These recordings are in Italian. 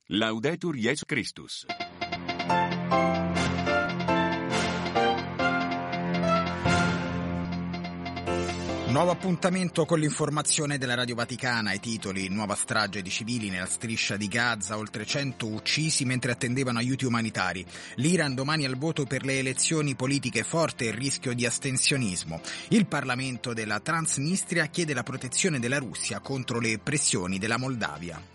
Laudetur Jesus Christus. Nuovo appuntamento con l'informazione della Radio Vaticana. I titoli: nuova strage di civili nella striscia di Gaza, oltre 100 uccisi mentre attendevano aiuti umanitari. L'Iran domani al voto per le elezioni politiche, forte il rischio di astensionismo. Il Parlamento della Transnistria chiede la protezione della Russia contro le pressioni della Moldavia.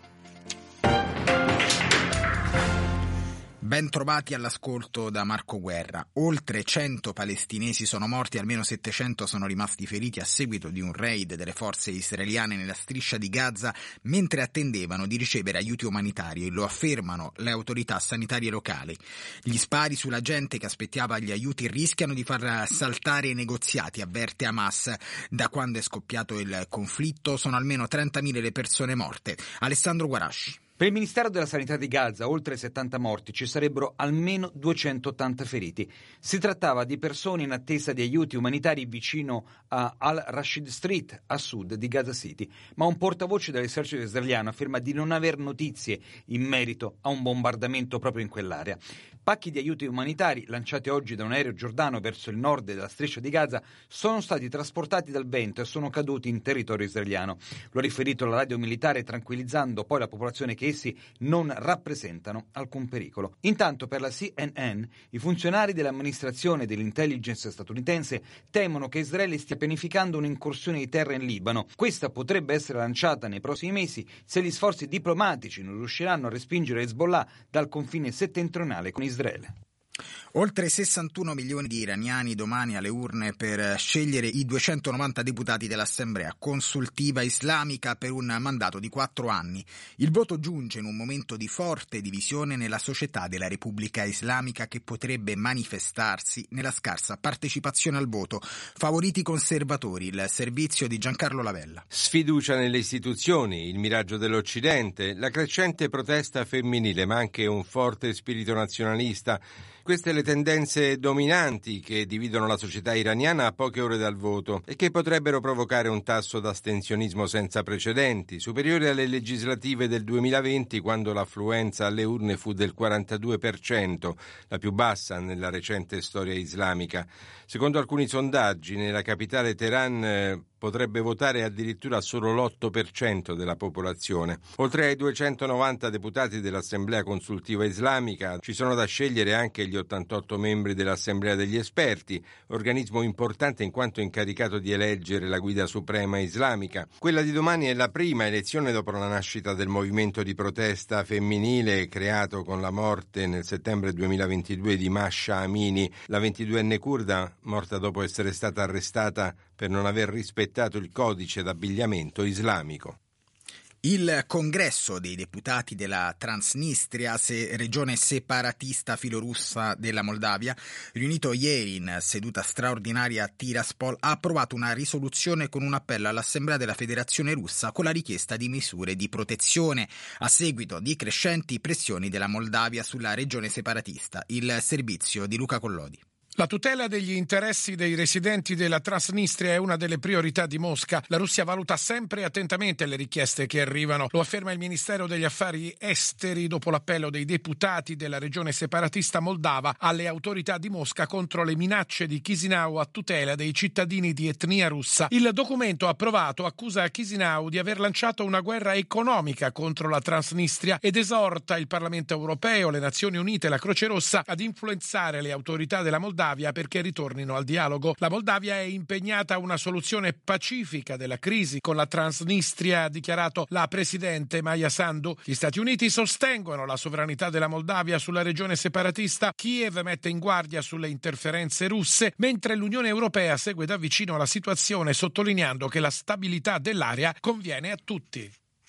Ben trovati all'ascolto da Marco Guerra. Oltre 100 palestinesi sono morti, almeno 700 sono rimasti feriti a seguito di un raid delle forze israeliane nella striscia di Gaza mentre attendevano di ricevere aiuti umanitari, lo affermano le autorità sanitarie locali. Gli spari sulla gente che aspettava gli aiuti rischiano di far saltare i negoziati, avverte Hamas. Da quando è scoppiato il conflitto sono almeno 30.000 le persone morte. Alessandro Guarasci. Per il Ministero della Sanità di Gaza, oltre 70 morti, ci sarebbero almeno 280 feriti. Si trattava di persone in attesa di aiuti umanitari vicino a Al-Rashid Street, a sud di Gaza City, ma un portavoce dell'esercito israeliano afferma di non aver notizie in merito a un bombardamento proprio in quell'area. Pacchi di aiuti umanitari lanciati oggi da un aereo giordano verso il nord della striscia di Gaza sono stati trasportati dal vento e sono caduti in territorio israeliano. Lo ha riferito la radio militare, tranquillizzando poi la popolazione che essi non rappresentano alcun pericolo. Intanto, per la CNN, i funzionari dell'amministrazione dell'intelligence statunitense temono che Israele stia pianificando un'incursione di terra in Libano. Questa potrebbe essere lanciata nei prossimi mesi se gli sforzi diplomatici non riusciranno a respingere Hezbollah dal confine settentrionale con Israele. Oltre 61 milioni di iraniani domani alle urne per scegliere i 290 deputati dell'Assemblea consultiva islamica per un mandato di 4 anni. Il voto giunge in un momento di forte divisione nella società della Repubblica Islamica, che potrebbe manifestarsi nella scarsa partecipazione al voto. Favoriti conservatori, il servizio di Giancarlo Lavella. Sfiducia nelle istituzioni, il miraggio dell'Occidente, la crescente protesta femminile, ma anche un forte spirito nazionalista. Queste le tendenze dominanti che dividono la società iraniana a poche ore dal voto e che potrebbero provocare un tasso d'astensionismo senza precedenti, superiore alle legislative del 2020, quando l'affluenza alle urne fu del 42%, la più bassa nella recente storia islamica. Secondo alcuni sondaggi, nella capitale Teheran potrebbe votare addirittura solo l'8% della popolazione. Oltre ai 290 deputati dell'Assemblea Consultiva Islamica, ci sono da scegliere anche gli 88 membri dell'Assemblea degli Esperti, organismo importante in quanto incaricato di eleggere la guida suprema islamica. Quella di domani è la prima elezione dopo la nascita del movimento di protesta femminile creato con la morte nel settembre 2022 di Masha Amini, la 22enne curda morta dopo essere stata arrestata per non aver rispettato il codice d'abbigliamento islamico. Il congresso dei deputati della Transnistria, regione separatista filorussa della Moldavia, riunito ieri in seduta straordinaria a Tiraspol, ha approvato una risoluzione con un appello all'Assemblea della Federazione Russa con la richiesta di misure di protezione a seguito di crescenti pressioni della Moldavia sulla regione separatista. Il servizio di Luca Collodi. La tutela degli interessi dei residenti della Transnistria è una delle priorità di Mosca. La Russia valuta sempre attentamente le richieste che arrivano. Lo afferma il Ministero degli Affari Esteri dopo l'appello dei deputati della regione separatista moldava alle autorità di Mosca contro le minacce di Chisinau a tutela dei cittadini di etnia russa. Il documento approvato accusa Chisinau di aver lanciato una guerra economica contro la Transnistria ed esorta il Parlamento europeo, le Nazioni Unite e la Croce Rossa ad influenzare le autorità della Moldavia perché ritornino al dialogo. La Moldavia è impegnata a una soluzione pacifica della crisi con la Transnistria, ha dichiarato la presidente Maia Sandu. Gli Stati Uniti sostengono la sovranità della Moldavia sulla regione separatista. Kiev mette in guardia sulle interferenze russe, mentre l'Unione Europea segue da vicino la situazione, sottolineando che la stabilità dell'area conviene a tutti.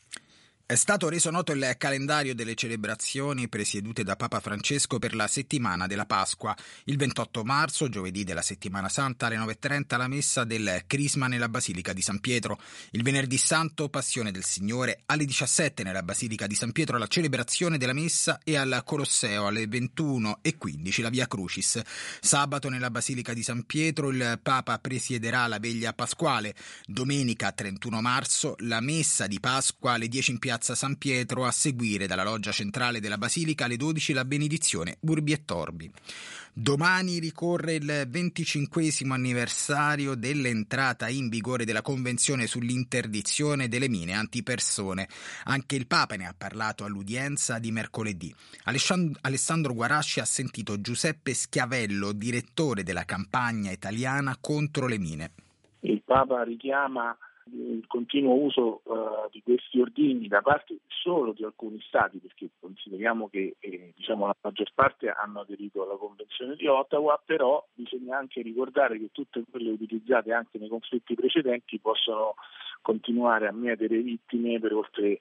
È stato reso noto il calendario delle celebrazioni presiedute da Papa Francesco per la settimana della Pasqua. Il 28 marzo, giovedì della settimana santa, alle 9:30 la messa del Crisma nella Basilica di San Pietro. Il venerdì santo, Passione del Signore, alle 17 nella Basilica di San Pietro la celebrazione della messa e al Colosseo alle 21:15 la Via Crucis. Sabato nella Basilica di San Pietro il Papa presiederà la veglia pasquale. Domenica 31 marzo la messa di Pasqua alle 10 in piazza piazza San Pietro, a seguire dalla loggia centrale della Basilica alle 12 la benedizione Urbi et Orbi. Domani ricorre il 25° anniversario dell'entrata in vigore della Convenzione sull'interdizione delle mine antipersone. Anche il Papa ne ha parlato all'udienza di mercoledì. Alessandro Guarasci ha sentito Giuseppe Schiavello, direttore della campagna italiana contro le mine. Il Papa richiama il continuo uso di questi ordigni da parte solo di alcuni stati, perché consideriamo che la maggior parte hanno aderito alla Convenzione di Ottawa, però bisogna anche ricordare che tutte quelle utilizzate anche nei conflitti precedenti possono continuare a mietere vittime per oltre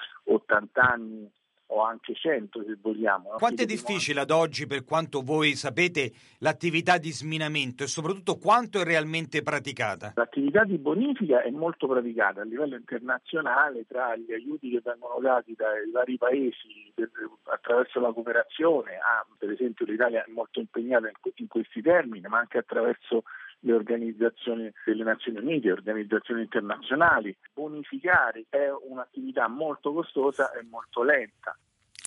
80 anni o anche 100 se vogliamo. Quanto è difficile ad oggi, per quanto voi sapete, l'attività di sminamento e soprattutto quanto è realmente praticata? L'attività di bonifica è molto praticata a livello internazionale, tra gli aiuti che vengono dati dai vari paesi attraverso la cooperazione. Per esempio l'Italia è molto impegnata in questi termini, ma anche attraverso le organizzazioni delle Nazioni Unite, organizzazioni internazionali. Bonificare è un'attività molto costosa e molto lenta.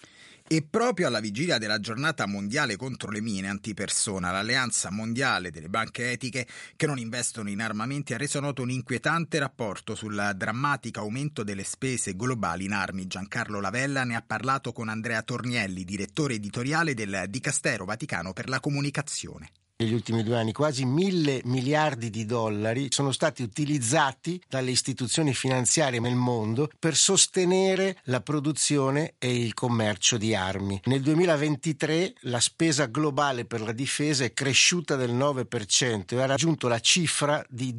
E proprio alla vigilia della giornata mondiale contro le mine antipersona, l'Alleanza Mondiale delle Banche Etiche che non investono in armamenti ha reso noto un inquietante rapporto sul drammatico aumento delle spese globali in armi. Giancarlo Lavella ne ha parlato con Andrea Tornielli, direttore editoriale del Dicastero Vaticano per la Comunicazione. Negli ultimi 2 anni quasi 1.000 miliardi di dollari sono stati utilizzati dalle istituzioni finanziarie nel mondo per sostenere la produzione e il commercio di armi. Nel 2023 la spesa globale per la difesa è cresciuta del 9% e ha raggiunto la cifra di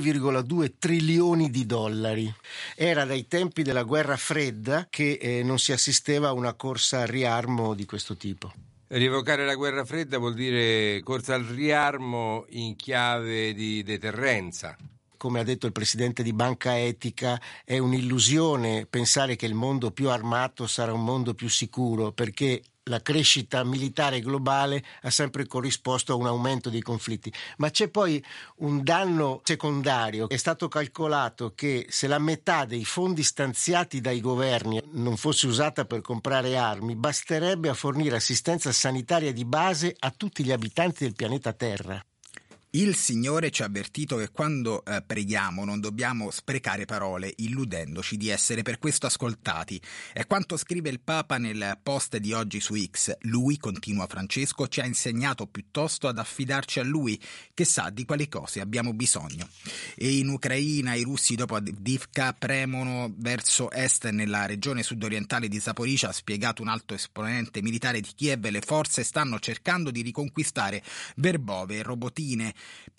2,2 trilioni di dollari. Era dai tempi della guerra fredda che non si assisteva a una corsa al riarmo di questo tipo. Rievocare la guerra fredda vuol dire corsa al riarmo in chiave di deterrenza. Come ha detto il presidente di Banca Etica, è un'illusione pensare che il mondo più armato sarà un mondo più sicuro, perché la crescita militare globale ha sempre corrisposto a un aumento dei conflitti. Ma c'è poi un danno secondario. È stato calcolato che se la metà dei fondi stanziati dai governi non fosse usata per comprare armi, basterebbe a fornire assistenza sanitaria di base a tutti gli abitanti del pianeta Terra. Il Signore ci ha avvertito che quando preghiamo non dobbiamo sprecare parole illudendoci di essere per questo ascoltati. È quanto scrive il Papa nel post di oggi su X. Lui, continua Francesco, ci ha insegnato piuttosto ad affidarci a Lui, che sa di quali cose abbiamo bisogno. E in Ucraina i russi dopo Avdiivka premono verso est nella regione sudorientale di Zaporizhzhia, ha spiegato un alto esponente militare di Kiev. Le forze stanno cercando di riconquistare Verbove e Robotine,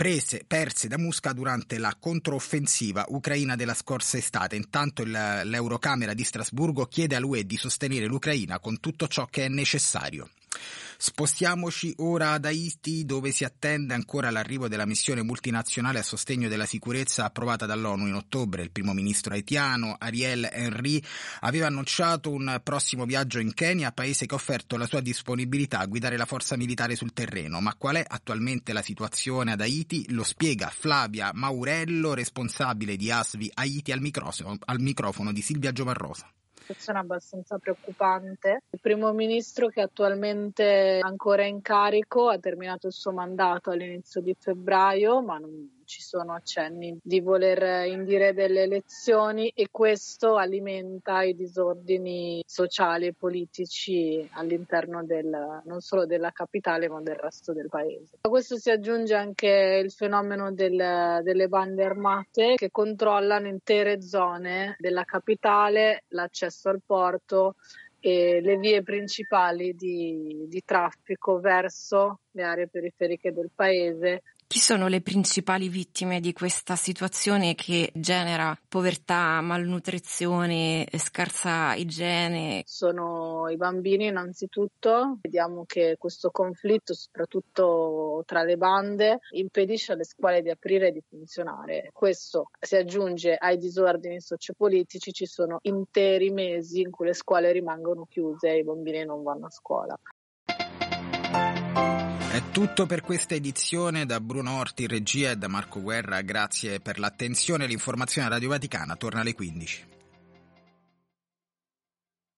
perse da Mosca durante la controffensiva ucraina della scorsa estate. Intanto l'Eurocamera di Strasburgo chiede all'UE di sostenere l'Ucraina con tutto ciò che è necessario. Spostiamoci ora ad Haiti, dove si attende ancora l'arrivo della missione multinazionale a sostegno della sicurezza approvata dall'ONU in ottobre. Il primo ministro haitiano Ariel Henry aveva annunciato un prossimo viaggio in Kenya, paese che ha offerto la sua disponibilità a guidare la forza militare sul terreno. Ma qual è attualmente la situazione ad Haiti? Lo spiega Flavia Maurello, responsabile di ASVI Haiti, al microfono di Silvia Giovarrosa. Situazione abbastanza preoccupante. Il primo ministro, che attualmente è ancora in carico, ha terminato il suo mandato all'inizio di febbraio, ma non ci sono accenni di voler indire delle elezioni, e questo alimenta i disordini sociali e politici all'interno non solo della capitale ma del resto del paese. A questo si aggiunge anche il fenomeno delle bande armate che controllano intere zone della capitale, l'accesso al porto e le vie principali di traffico verso le aree periferiche del paese. Chi sono le principali vittime di questa situazione che genera povertà, malnutrizione, scarsa igiene? Sono i bambini innanzitutto. Vediamo che questo conflitto, soprattutto tra le bande, impedisce alle scuole di aprire e di funzionare. Questo si aggiunge ai disordini sociopolitici. Ci sono interi mesi in cui le scuole rimangono chiuse e i bambini non vanno a scuola. È tutto per questa edizione. Da Bruno Orti in regia e da Marco Guerra grazie per l'attenzione. L'informazione a Radio Vaticana torna alle 15.